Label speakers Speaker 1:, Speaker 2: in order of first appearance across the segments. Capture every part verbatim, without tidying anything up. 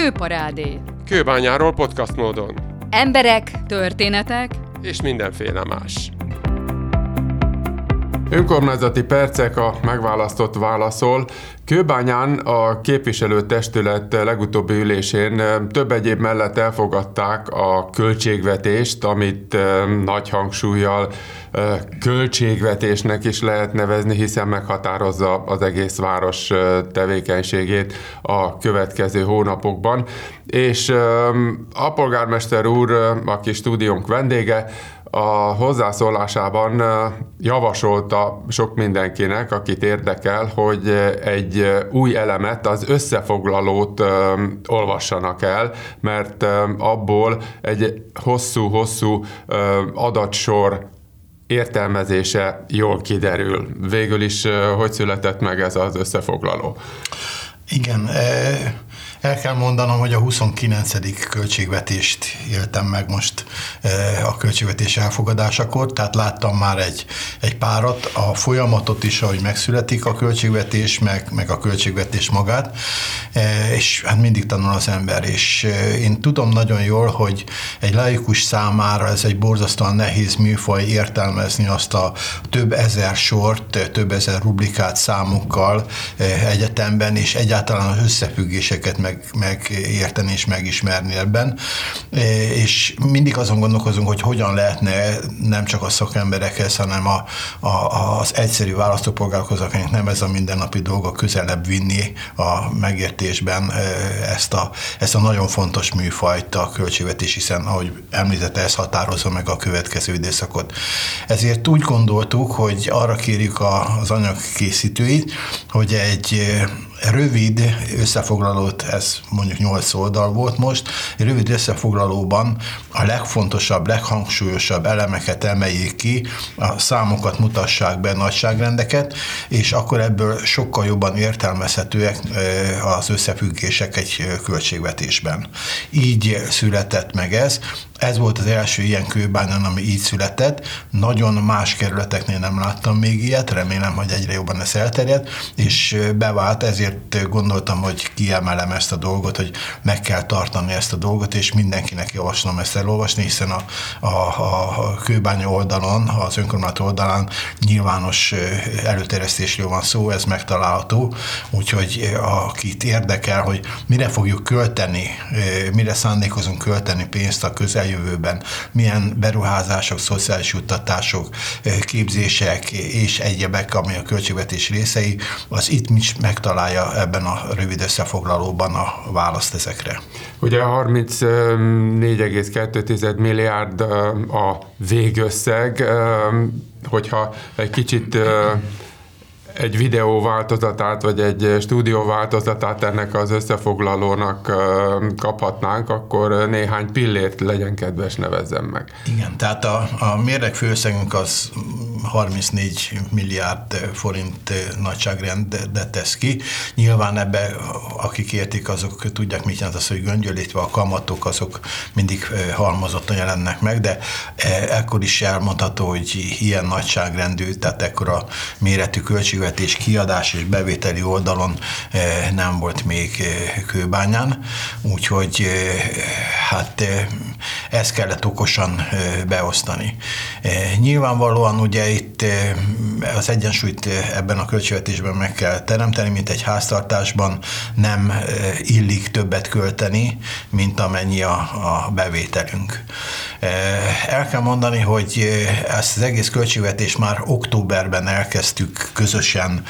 Speaker 1: Kőparádé.
Speaker 2: Kőbányáról podcast módon.
Speaker 1: Emberek, történetek
Speaker 2: és mindenféle más.
Speaker 3: Önkormányzati percek, a megválasztott válaszol. Kőbányán a képviselőtestület legutóbbi ülésén több egyéb mellett elfogadták a költségvetést, amit nagy hangsúllyal költségvetésnek is lehet nevezni, hiszen meghatározza az egész város tevékenységét a következő hónapokban. És a polgármester úr, aki stúdiónk vendége, a hozzászólásában javasolta sok mindenkinek, akit érdekel, hogy egy új elemet, az összefoglalót olvassanak el, mert abból egy hosszú-hosszú adatsor értelmezése jól kiderül. Végül is hogy született meg ez az összefoglaló?
Speaker 4: Igen, el kell mondanom, hogy a huszonkilencedik költségvetést éltem meg most a költségvetés elfogadásakor, tehát láttam már egy, egy párat, a folyamatot is, ahogy megszületik a költségvetés, meg, meg a költségvetés magát, és hát mindig tanul az ember, és én tudom nagyon jól, hogy egy laikus számára ez egy borzasztóan nehéz műfaj értelmezni azt a több ezer sort, több ezer rubrikát számokkal egyetemben, és egyáltalán az összefüggéseket meg megérteni és megismerni ebben, és mindig azon gondolkozunk, hogy hogyan lehetne nem csak a szakemberekhez, hanem a, a, az egyszerű választópolgárokhoz, akinek nem ez a mindennapi dolga, közelebb vinni a megértésben ezt a, ezt a nagyon fontos műfajt, a költségvetés, hiszen ahogy említette, ez határozza meg a következő időszakot. Ezért úgy gondoltuk, hogy arra kérjük az anyag készítőit, hogy egy rövid összefoglalót, ez mondjuk nyolc oldal volt most, egy rövid összefoglalóban a legfontosabb, leghangsúlyosabb elemeket emeljék ki, a számokat mutassák be, nagyságrendeket, és akkor ebből sokkal jobban értelmezhetőek az összefüggések egy költségvetésben. Így született meg ez. Ez volt az első ilyen Kőbányán, ami így született. Nagyon más kerületeknél nem láttam még ilyet, remélem, hogy egyre jobban ez elterjed, és bevált, ezért gondoltam, hogy kiemelem ezt a dolgot, hogy meg kell tartani ezt a dolgot, és mindenkinek javaslom ezt elolvasni, hiszen a, a, a Kőbánya oldalon, az önkormányzat oldalán nyilvános előterjesztésről van szó, ez megtalálható, úgyhogy akit érdekel, hogy mire fogjuk költeni, mire szándékozunk költeni pénzt a közel jövőben, milyen beruházások, szociális juttatások, képzések és egyebek, ami a költségvetés részei, az itt is megtalálja ebben a rövid összefoglalóban a választ ezekre.
Speaker 3: Ugye harmincnégy egész kettő milliárd a végösszeg, hogyha egy kicsit egy videó változatát, vagy egy stúdió változatát ennek az összefoglalónak kaphatnánk, akkor néhány pillért legyen kedves, nevezzem meg.
Speaker 4: Igen, tehát a, a mérleg főösszegünk az harmincnégy milliárd forint nagyságrendet tesz ki. Nyilván ebbe, akik értik, azok tudják, mit jelent az, hogy göngyölítve a kamatok, azok mindig halmozottan jelennek meg, de ekkor is elmondható, hogy ilyen nagyságrendű, tehát ekkora méretű költségvetés, kiadás és bevételi oldalon nem volt még Kőbányán, úgyhogy hát ezt kellett okosan beosztani. Nyilvánvalóan ugye itt az egyensúlyt ebben a költségvetésben meg kell teremteni, mint egy háztartásban nem illik többet költeni, mint amennyi a, a bevételünk. El kell mondani, hogy ezt az egész költségvetést már októberben elkezdtük közösen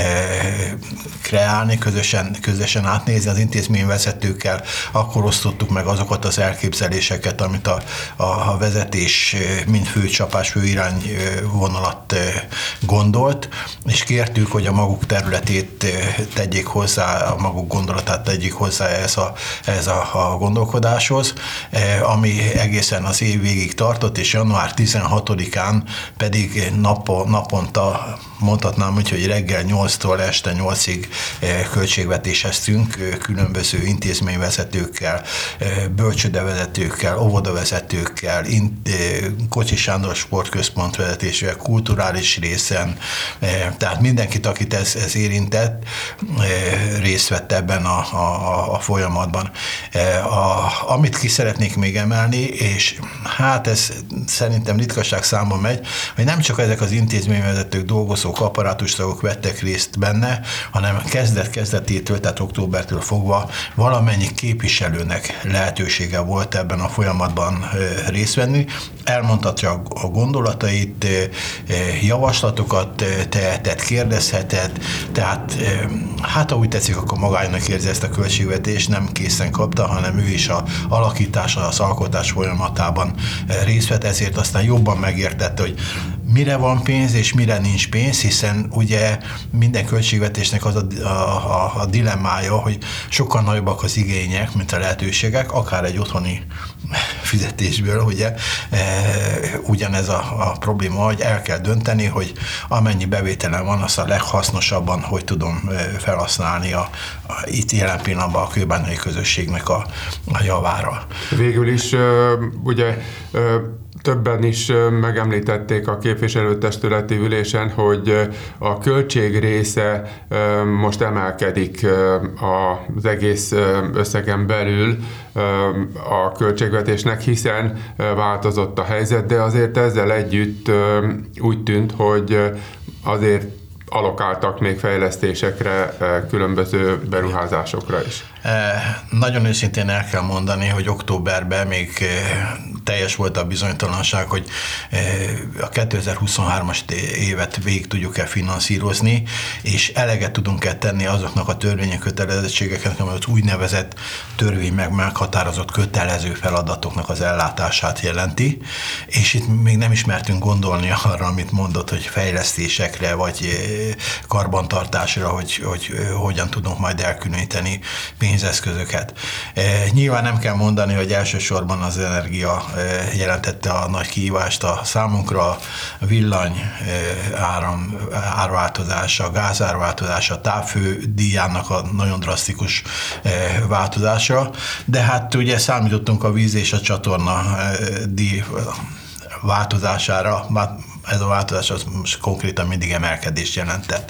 Speaker 4: kreálni, közösen, közösen átnézni az intézményvezetőkkel, akkor osztottuk meg azokat az elképzeléseket, amit a, a vezetés mind főcsapás, fő irányvonalat gondolt, és kértük, hogy a maguk területét tegyék hozzá, a maguk gondolatát tegyék hozzá ez a, ez a, a gondolkodáshoz, ami egészen az év végig tartott, és január tizenhatodikán pedig napo, naponta mondhatnám úgy, hogy reggel nyolctól este nyolcig költségvetéseztünk különböző intézményvezetőkkel, bölcsődevezetőkkel, óvodavezetőkkel, Kocsis Sándor Sportközpont vezetésével, kulturális részen, tehát mindenkit, akit ez, ez érintett, részt vett ebben a, a, a folyamatban. A, amit ki szeretnék még emelni, és hát ez szerintem ritkaság számba megy, hogy nem csak ezek az intézményvezetők, dolgozók, apparátustagok vettek részt benne, hanem kezdet-kezdetétől, tehát októbertől fogva valamennyi képviselőnek lehetősége volt ebben a folyamatban részt venni. Elmondhatja a gondolatait, javaslatokat tehetett, kérdezhetett, tehát hát ha úgy tetszik, akkor magának érzi ezt a költségvetést, nem készen kapta, hanem ő is a alakítása, az alkotás folyamatában részt vett, ezért aztán jobban megértette, hogy mire van pénz és mire nincs pénz, hiszen ugye minden költségvetésnek az a, a, a dilemmája, hogy sokkal nagyobbak az igények, mint a lehetőségek, akár egy otthoni fizetésből, ugye, e, ugyanez a, a probléma, hogy el kell dönteni, hogy amennyi bevételem van, azt a leghasznosabban hogy tudom felhasználni a, a, itt jelen pillanatban a kőbányai közösségnek a, a javára.
Speaker 3: Végül is ugye többen is megemlítették a képviselőtestületi ülésen, hogy a költség része most emelkedik az egész összegen belül a költségvetésnek, hiszen változott a helyzet, de azért ezzel együtt úgy tűnt, hogy azért alokáltak még fejlesztésekre, különböző beruházásokra is.
Speaker 4: Nagyon őszintén el kell mondani, hogy októberben még teljes volt a bizonytalanság, hogy a kétezer-huszonhármas évet végig tudjuk-e finanszírozni, és eleget tudunk-e tenni azoknak a törvényi kötelezettségeknek, amely az úgynevezett törvény meg meghatározott kötelező feladatoknak az ellátását jelenti, és itt még nem ismertünk gondolni arra, amit mondott, hogy fejlesztésekre, vagy karbantartásra, hogy, hogy hogyan tudunk majd elkülöníteni pénzeszközöket. Nyilván nem kell mondani, hogy elsősorban az energia jelentette a nagy kihívást a számunkra, a villany áram árváltozása, a gáz árváltozása, a távfő díjának a nagyon drasztikus változása, de hát ugye számítottunk a víz és a csatorna díj változására, ez a változás az most konkrétan mindig emelkedést jelentett.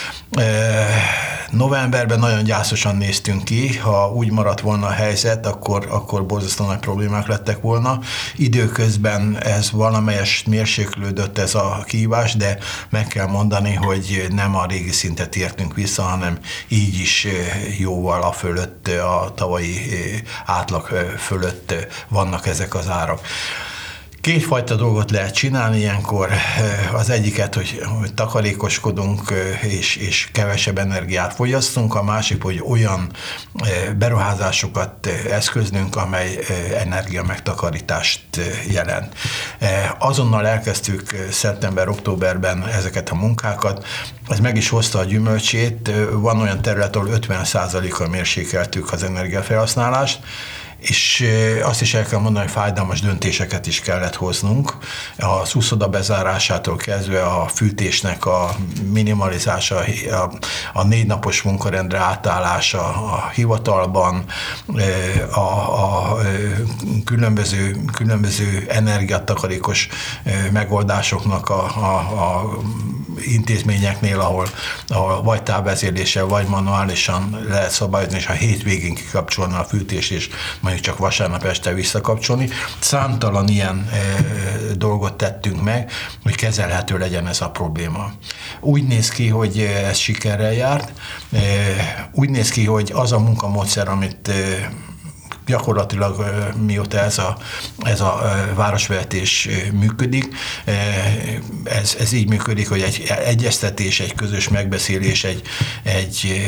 Speaker 4: Novemberben nagyon gyászosan néztünk ki, ha úgy maradt volna a helyzet, akkor, akkor borzasztó nagy problémák lettek volna. Időközben ez valamelyest mérséklődött ez a kihívás, de meg kell mondani, hogy nem a régi szintet értünk vissza, hanem így is jóval a fölött, a tavalyi átlag fölött vannak ezek az árak. Kétfajta dolgot lehet csinálni ilyenkor. Az egyiket, hogy, hogy takarékoskodunk és, és kevesebb energiát fogyasztunk, a másik, hogy olyan beruházásokat eszközlünk, amely energia megtakarítást jelent. Azonnal elkezdtük szeptember-októberben ezeket a munkákat, ez meg is hozta a gyümölcsét. Van olyan terület, ahol ötven százalékkal mérsékeltük az energiafelhasználást, és azt is el kell mondani, hogy fájdalmas döntéseket is kellett hoznunk. A szuszoda bezárásától kezdve a fűtésnek a minimalizása, a, a négy napos munkarendre átállása a hivatalban, a, a különböző, különböző energiatakarékos megoldásoknak a, a, a intézményeknél, ahol, ahol vagy távvezérléssel, vagy manuálisan lehet szabályozni, és a hétvégén kikapcsolni a fűtést, és mondjuk csak vasárnap este visszakapcsolni. Számtalan ilyen e, dolgot tettünk meg, hogy kezelhető legyen ez a probléma. Úgy néz ki, hogy ez sikerrel járt, e, úgy néz ki, hogy az a munkamódszer, amit e, gyakorlatilag mióta ez a, ez a városvezetés működik, ez, ez így működik, hogy egy egyeztetés, egy közös megbeszélés, egy, egy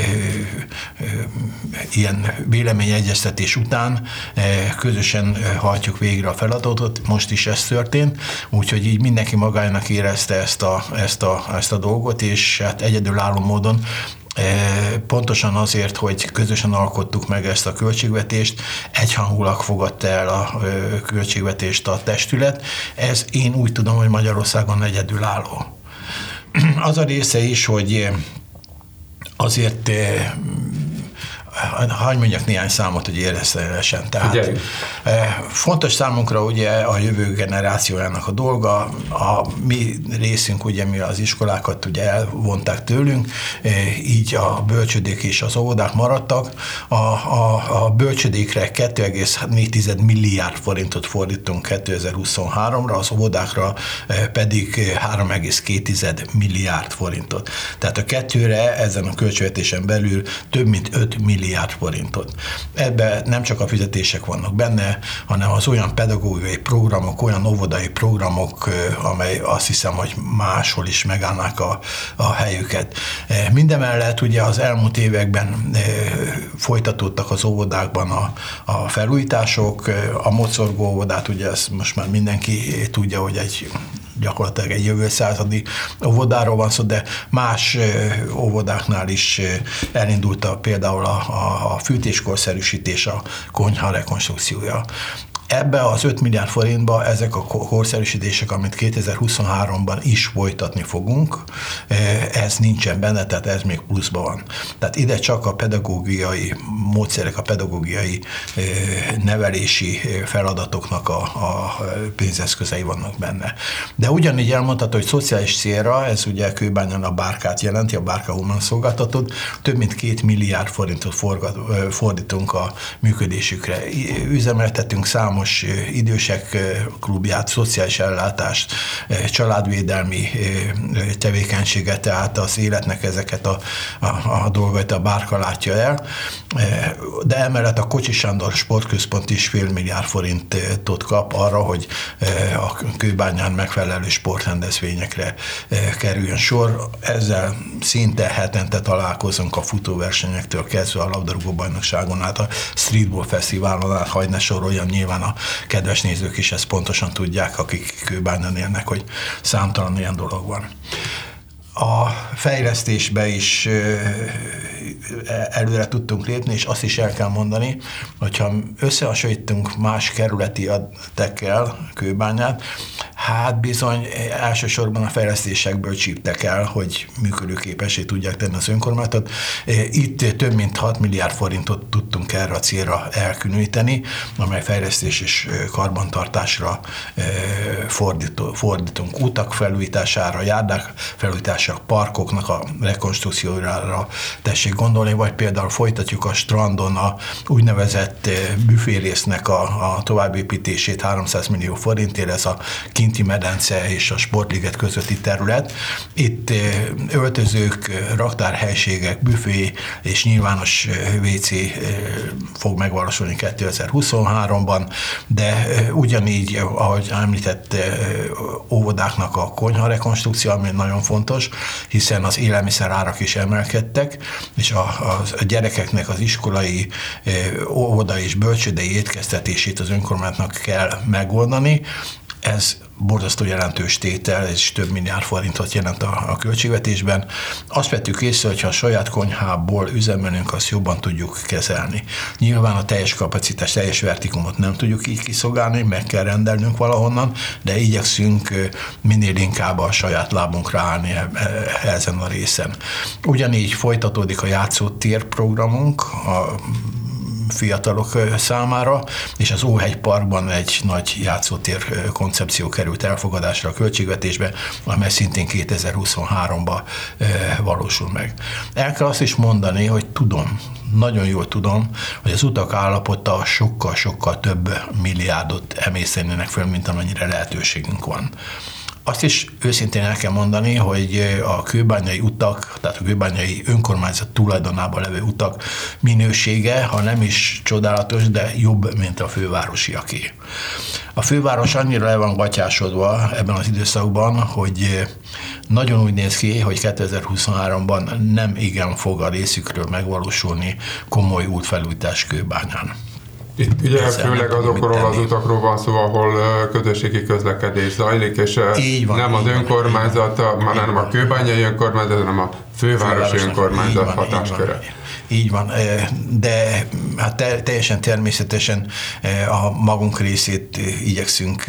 Speaker 4: ilyen véleményegyeztetés után közösen hajtjuk végre a feladatot, most is ez történt, úgyhogy így mindenki magának érezte ezt a, ezt a, ezt a dolgot, és hát egyedülálló módon pontosan azért, hogy közösen alkottuk meg ezt a költségvetést, egyhangulag fogadta el a költségvetést a testület. Ez én úgy tudom, hogy Magyarországon egyedülálló. Az a része is, hogy azért hagyj mondjak néhány számot, hogy érezhetően. Tehát Ugye. fontos számunkra ugye a jövő generációjának a dolga, a mi részünk ugye mi az iskolákat ugye elvonták tőlünk, így a bölcsödék és az óvodák maradtak. A, a, a bölcsödékre kettő egész négy milliárd forintot fordítunk kétezer-huszonháromra, az óvodákra pedig három egész két milliárd forintot. Tehát a kettőre ezen a költségvetésen belül több mint öt milliárd forintot. Ebben nem csak a fizetések vannak benne, hanem az olyan pedagógiai programok, olyan óvodai programok, amely azt hiszem, hogy máshol is megállnák a, a helyüket. Mindemellett ugye az elmúlt években folytatódtak az óvodákban a, a felújítások, a mocorgó óvodát, ugye ezt most már mindenki tudja, hogy egy gyakorlatilag egy jövő századi óvodáról van szó, de más óvodáknál is elindult a, például a, a, a fűtéskorszerűsítés, a konyha rekonstrukciója. Ebbe az öt milliárd forintba ezek a korszerűsítések, amit kétezer-huszonháromban is folytatni fogunk, ez nincsen benne, tehát ez még pluszban van. Tehát ide csak a pedagógiai módszerek, a pedagógiai nevelési feladatoknak a, a pénzeszközei vannak benne. De ugyanígy elmondható, hogy szociális célra, ez ugye Kőbányán a Bárkát jelenti, a Bárka Human szolgáltatót, több mint két milliárd forintot forgat, fordítunk a működésükre. Üzemeltetünk számos idősek klubját, szociális ellátást, családvédelmi tevékenységet, tehát az életnek ezeket a, a, a dolgait a Bárka látja el. De emellett a Kocsis Sándor Sportközpont is fél milliárd forintot kap arra, hogy a Kőbányán megfelelő sportrendezvényekre kerüljön sor. Ezzel szinte hetente találkozunk a futóversenyektől kezdve a labdarúgó bajnokságon át, a streetball fesztiválon át, hagy ne soroljam, nyilván a kedves nézők is ezt pontosan tudják, akik Kőbányán élnek, hogy számtalan ilyen dolog van. A fejlesztésbe is előre tudtunk lépni, és azt is el kell mondani, hogyha összehasonlítunk más kerületi adtekkel Kőbányát, hát bizony elsősorban a fejlesztésekből csíptek el, hogy működőképessé tudják tenni az önkormányzatot. Itt több mint hat milliárd forintot tudtunk erre a célra elkülöníteni, amely fejlesztés és karbantartásra fordítunk. Utak felújítására, járdák felújítására, parkoknak a rekonstrukciójára tessék gondolni, vagy például folytatjuk a strandon a úgynevezett büférésznek a, a továbbépítését háromszáz millió forintért, ez a kinti medence és a sportliget közötti terület. Itt öltözők, raktárhelységek, büfé és nyilvános vé cé fog megvalósulni kétezer-huszonháromban, de ugyanígy, ahogy említett, óvodáknak a konyha rekonstrukció, ami nagyon fontos, hiszen az élelmiszer árak is emelkedtek, és a, a gyerekeknek az iskolai, óvoda és bölcsődei étkeztetését az önkormányzatnak kell megoldani. Ez borzasztó jelentős tétel, és több milliárd forintot jelent a, a költségvetésben. Azt vettük észre, hogyha a saját konyhából üzemelünk, azt jobban tudjuk kezelni. Nyilván a teljes kapacitás, teljes vertikumot nem tudjuk így kiszolgálni, meg kell rendelnünk valahonnan, de igyekszünk minél inkább a saját lábunkra állni ezen a részen. Ugyanígy folytatódik a játszótér programunk, a fiatalok számára, és az Óhegy Parkban egy nagy játszótér koncepció került elfogadásra a költségvetésbe, amely szintén kétezer-huszonháromban valósul meg. El kell azt is mondani, hogy tudom, nagyon jól tudom, hogy az utak állapota sokkal-sokkal több milliárdot emészenének föl, mint amennyire lehetőségünk van. Azt is őszintén el kell mondani, hogy a kőbányai utak, tehát a kőbányai önkormányzat tulajdonában levő utak minősége, ha nem is csodálatos, de jobb, mint a fővárosiaké. A főváros annyira le van gatyásodva ebben az időszakban, hogy nagyon úgy néz ki, hogy kétezer-huszonháromban nem igen fog a részükről megvalósulni komoly útfelújítás Kőbányán.
Speaker 3: Itt ugye főleg azokról az utakról van szó, ahol közösségi közlekedés zajlik, és van, nem az önkormányzat, hanem a kőbányai önkormányzat, hanem a fővárosi önkormányzat hatásköre.
Speaker 4: így van, de hát teljesen természetesen a magunk részét igyekszünk,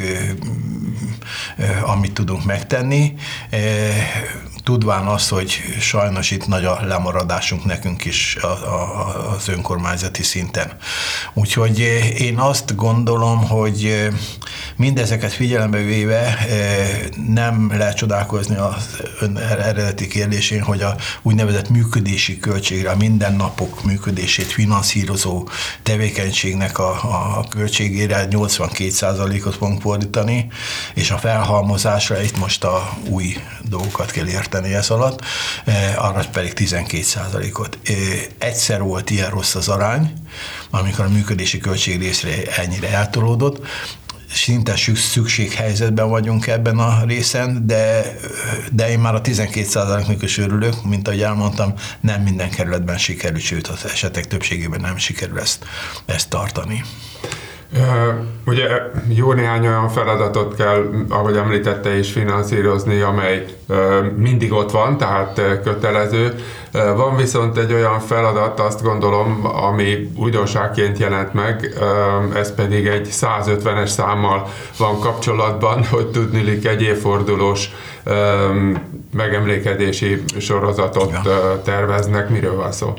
Speaker 4: amit tudunk megtenni, tudván azt, hogy sajnos itt nagy a lemaradásunk nekünk is az önkormányzati szinten. Úgyhogy én azt gondolom, hogy mindezeket figyelembe véve nem lehet csodálkozni az ön eredeti kérdésén, hogy a úgynevezett működési költségre, a mindennapok működését finanszírozó tevékenységnek a, a költségére nyolcvankét százalékot fogunk fordítani, és a felhalmozásra itt most a új dolgokat kell érteni ez alatt, arra pedig tizenkét százalékot. Egyszer volt ilyen rossz az arány, amikor a működési költség részre ennyire eltolódott, szinte szükséghelyzetben vagyunk ebben a részen, de, de én már a tizenkét százaléknak is örülök, mint ahogy elmondtam, nem minden kerületben sikerül, sőt az esetek többségében nem sikerül ezt, ezt tartani.
Speaker 3: Ugye jó néhány olyan feladatot kell, ahogy említette is, finanszírozni, amely mindig ott van, tehát kötelező. Van viszont egy olyan feladat, azt gondolom, ami újdonságként jelent meg, ez pedig egy százötvenes számmal van kapcsolatban, hogy tudniillik egy évfordulós megemlékezési sorozatot terveznek. Miről van szó?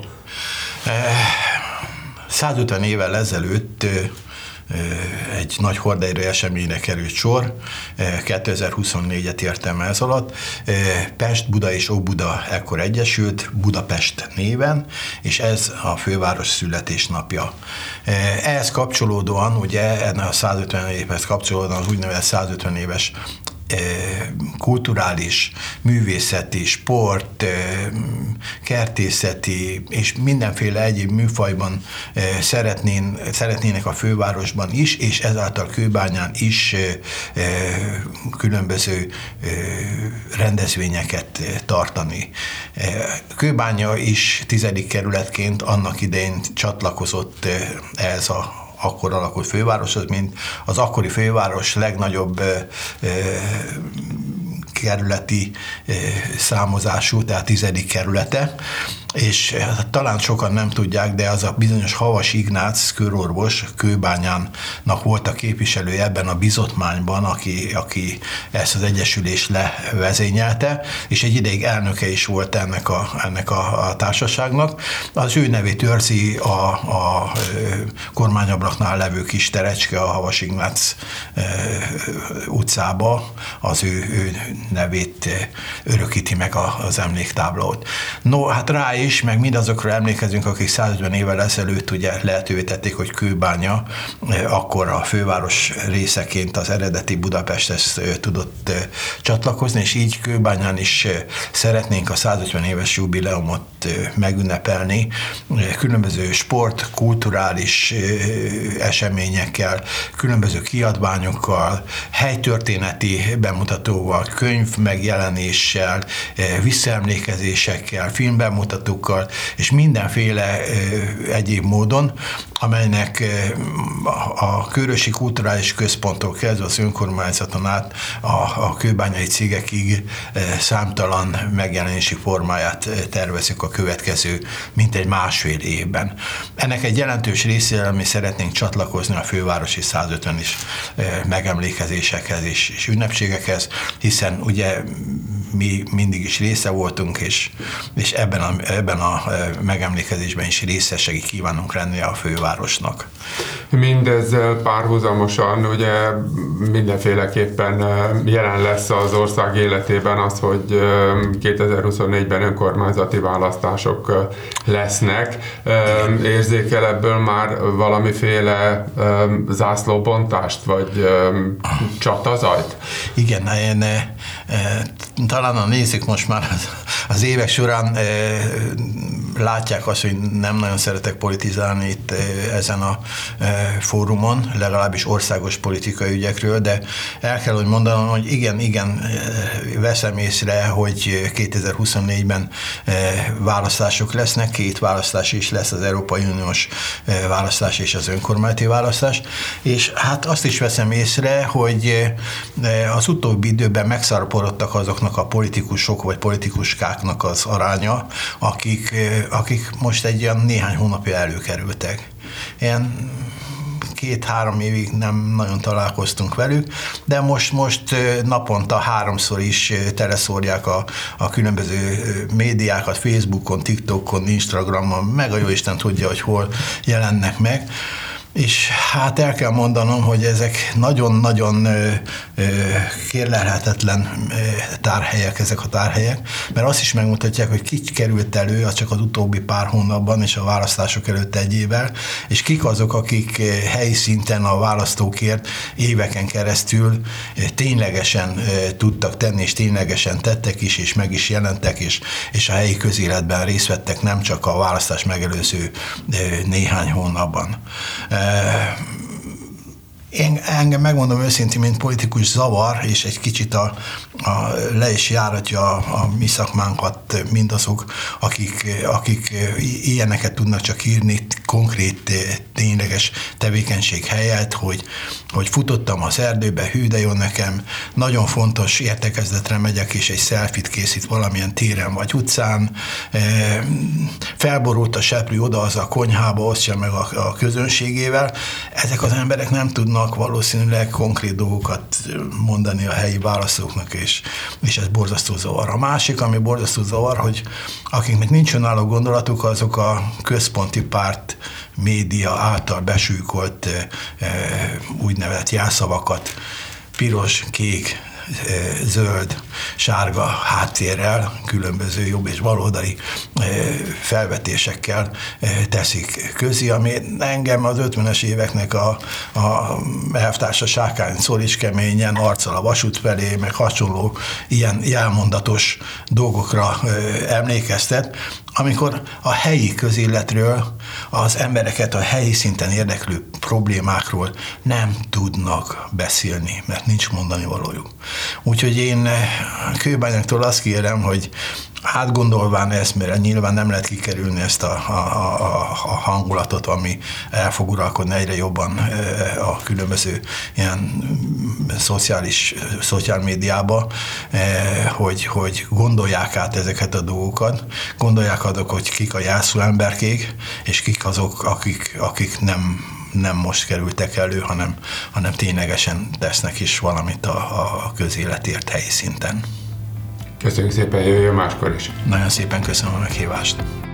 Speaker 4: százötven évvel ezelőtt egy nagy horderejű eseményre került sor, kétezer-huszonnégyet értem ez alatt. Pest, Buda és Óbuda ekkor egyesült, Budapest néven, és ez a főváros születésnapja. Ehhez kapcsolódóan, ugye ennek a százötven évhez kapcsolódóan az úgynevezett százötven éves kulturális, művészeti, sport, kertészeti és mindenféle egyéb műfajban szeretnén, szeretnének a fővárosban is, és ezáltal Kőbányán is különböző rendezvényeket tartani. Kőbánya is tizedik kerületként annak idején csatlakozott ehhez a akkor alakult fővároshoz, mint az akkori főváros legnagyobb ö, ö, kerületi ö, számozású, tehát tizedik kerülete, és talán sokan nem tudják, de az a bizonyos Havas Ignác körorvos Kőbányának volt a képviselője ebben a bizottmányban, aki, aki ezt az egyesülést levezényelte, és egy ideig elnöke is volt ennek a, ennek a, a társaságnak. Az ő nevét őrzi a, a kormányablaknál levő kis terecske a Havas Ignác utcába, az ő, ő nevét örökíti meg az emléktáblót. No, hát rá is, meg mindazokra emlékezünk, akik százötven évvel ezelőtt ugye lehetővé tették, hogy Kőbánya akkor a főváros részeként az eredeti Budapesthez tudott csatlakozni, és így Kőbányán is szeretnénk a százötven éves jubileumot megünnepelni, különböző sport, kulturális eseményekkel, különböző kiadványokkal, helytörténeti bemutatóval, könyv megjelenéssel, visszaemlékezésekkel, filmbemutatókkal, és mindenféle egyéb módon, amelynek a Körösi Kulturális Központtól kezdve az önkormányzaton át a, a kőbányai cégekig számtalan megjelenési formáját tervezzük a következő mintegy másfél évben. Ennek egy jelentős részére mi szeretnénk csatlakozni a fővárosi százötvenes megemlékezésekhez és, és ünnepségekhez, hiszen ugye mi mindig is része voltunk, és, és ebben, a, ebben a megemlékezésben is részesei kívánunk lenni a fővárosnak.
Speaker 3: Mindezzel párhuzamosan ugye mindenféleképpen jelen lesz az ország életében az, hogy kétezer-huszonnégyben önkormányzati választások lesznek. Igen. Érzékel ebből már valamiféle zászlóbontást, vagy csatazajt?
Speaker 4: Igen, én, talán a nézők most már az évek során látják azt, hogy nem nagyon szeretek politizálni itt ezen a fórumon, legalábbis országos politikai ügyekről, de el kell, hogy mondanom, hogy igen, igen, veszem észre, hogy kétezer-huszonnégyben választások lesznek, két választás is lesz, az Európai Uniós választás és az önkormányzati választás, és hát azt is veszem észre, hogy az utóbbi időben megszaporodtak azoknak a politikusok vagy politikuskák diáknak az aránya, akik, akik most egy ilyen néhány hónapja előkerültek. Ilyen két-három évig nem nagyon találkoztunk velük, de most, most naponta háromszor is teleszórják a, a különböző médiákat, Facebookon, TikTokon, Instagramon, meg a jóisten tudja, hogy hol jelennek meg. És hát el kell mondanom, hogy ezek nagyon-nagyon kérlelhetetlen tárhelyek, ezek a tárhelyek, mert azt is megmutatják, hogy ki került elő az csak az utóbbi pár hónapban és a választások előtt egy évvel, és kik azok, akik helyi szinten a választókért éveken keresztül ténylegesen tudtak tenni, és ténylegesen tettek is, és meg is jelentek, és, és a helyi közéletben részt vettek, nem csak a választás megelőző néhány hónapban. Én engem megmondom őszintén, mint politikus zavar, és egy kicsit a, a, le is járatja a, a mi szakmánkat mindazok, akik, akik ilyeneket tudnak csak írni, konkrét, tényleges tevékenység helyett, hogy, hogy futottam az erdőbe, hű, de jó nekem, nagyon fontos értekezletre megyek, és egy selfit készít valamilyen téren vagy utcán, felborult a seprű oda az a konyhába, osztja meg a, a közönségével. Ezek az emberek nem tudnak valószínűleg konkrét dolgokat mondani a helyi választóknak, és, és ez borzasztó zavar. A másik, ami borzasztó zavar, hogy akiknek nincs önálló gondolatuk, azok a központi párt média által besűkolt úgynevezett jelszavakat, piros, kék, zöld, sárga háttérrel, különböző jobb és baloldali felvetésekkel teszik közé, ami engem az ötvenes éveknek a, a elvtársa Sákány Szorics keményen, arccal a vasút felé, meg hasonló ilyen jelmondatos dolgokra emlékeztet, amikor a helyi közéletről, az embereket a helyi szinten érdeklő problémákról nem tudnak beszélni, mert nincs mondani valójuk. Úgyhogy én Kőbányaktól azt kérem, hogy átgondolván ezt, mert nyilván nem lehet kikerülni ezt a, a, a, a hangulatot, ami el fog uralkodni egyre jobban a különböző ilyen szociális, szociál médiába, hogy, hogy gondolják át ezeket a dolgokat, gondolják azok, hogy kik a jelszó emberkék, és kik azok, akik, akik nem nem most kerültek elő, hanem, hanem ténylegesen tesznek is valamit a, a közéletért helyi szinten.
Speaker 3: Köszönjük szépen, jöjjön máskor is.
Speaker 4: Nagyon szépen köszönöm a meghívást.